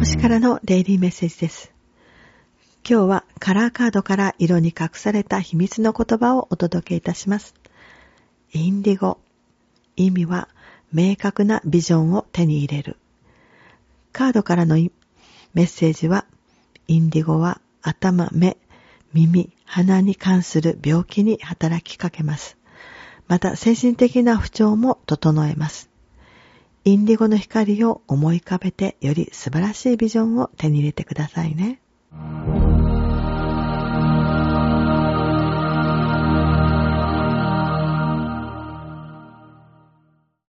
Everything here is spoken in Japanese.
星からのデイリーメッセージです。今日はカラーカードから色に隠された秘密の言葉をお届けいたします。インディゴ。意味は明確なビジョンを手に入れる。カードからのメッセージは、インディゴは頭、目、耳、鼻に関する病気に働きかけます。また精神的な不調も整えます。インディゴの光を思い浮かべてより素晴らしいビジョンを手に入れてくださいね。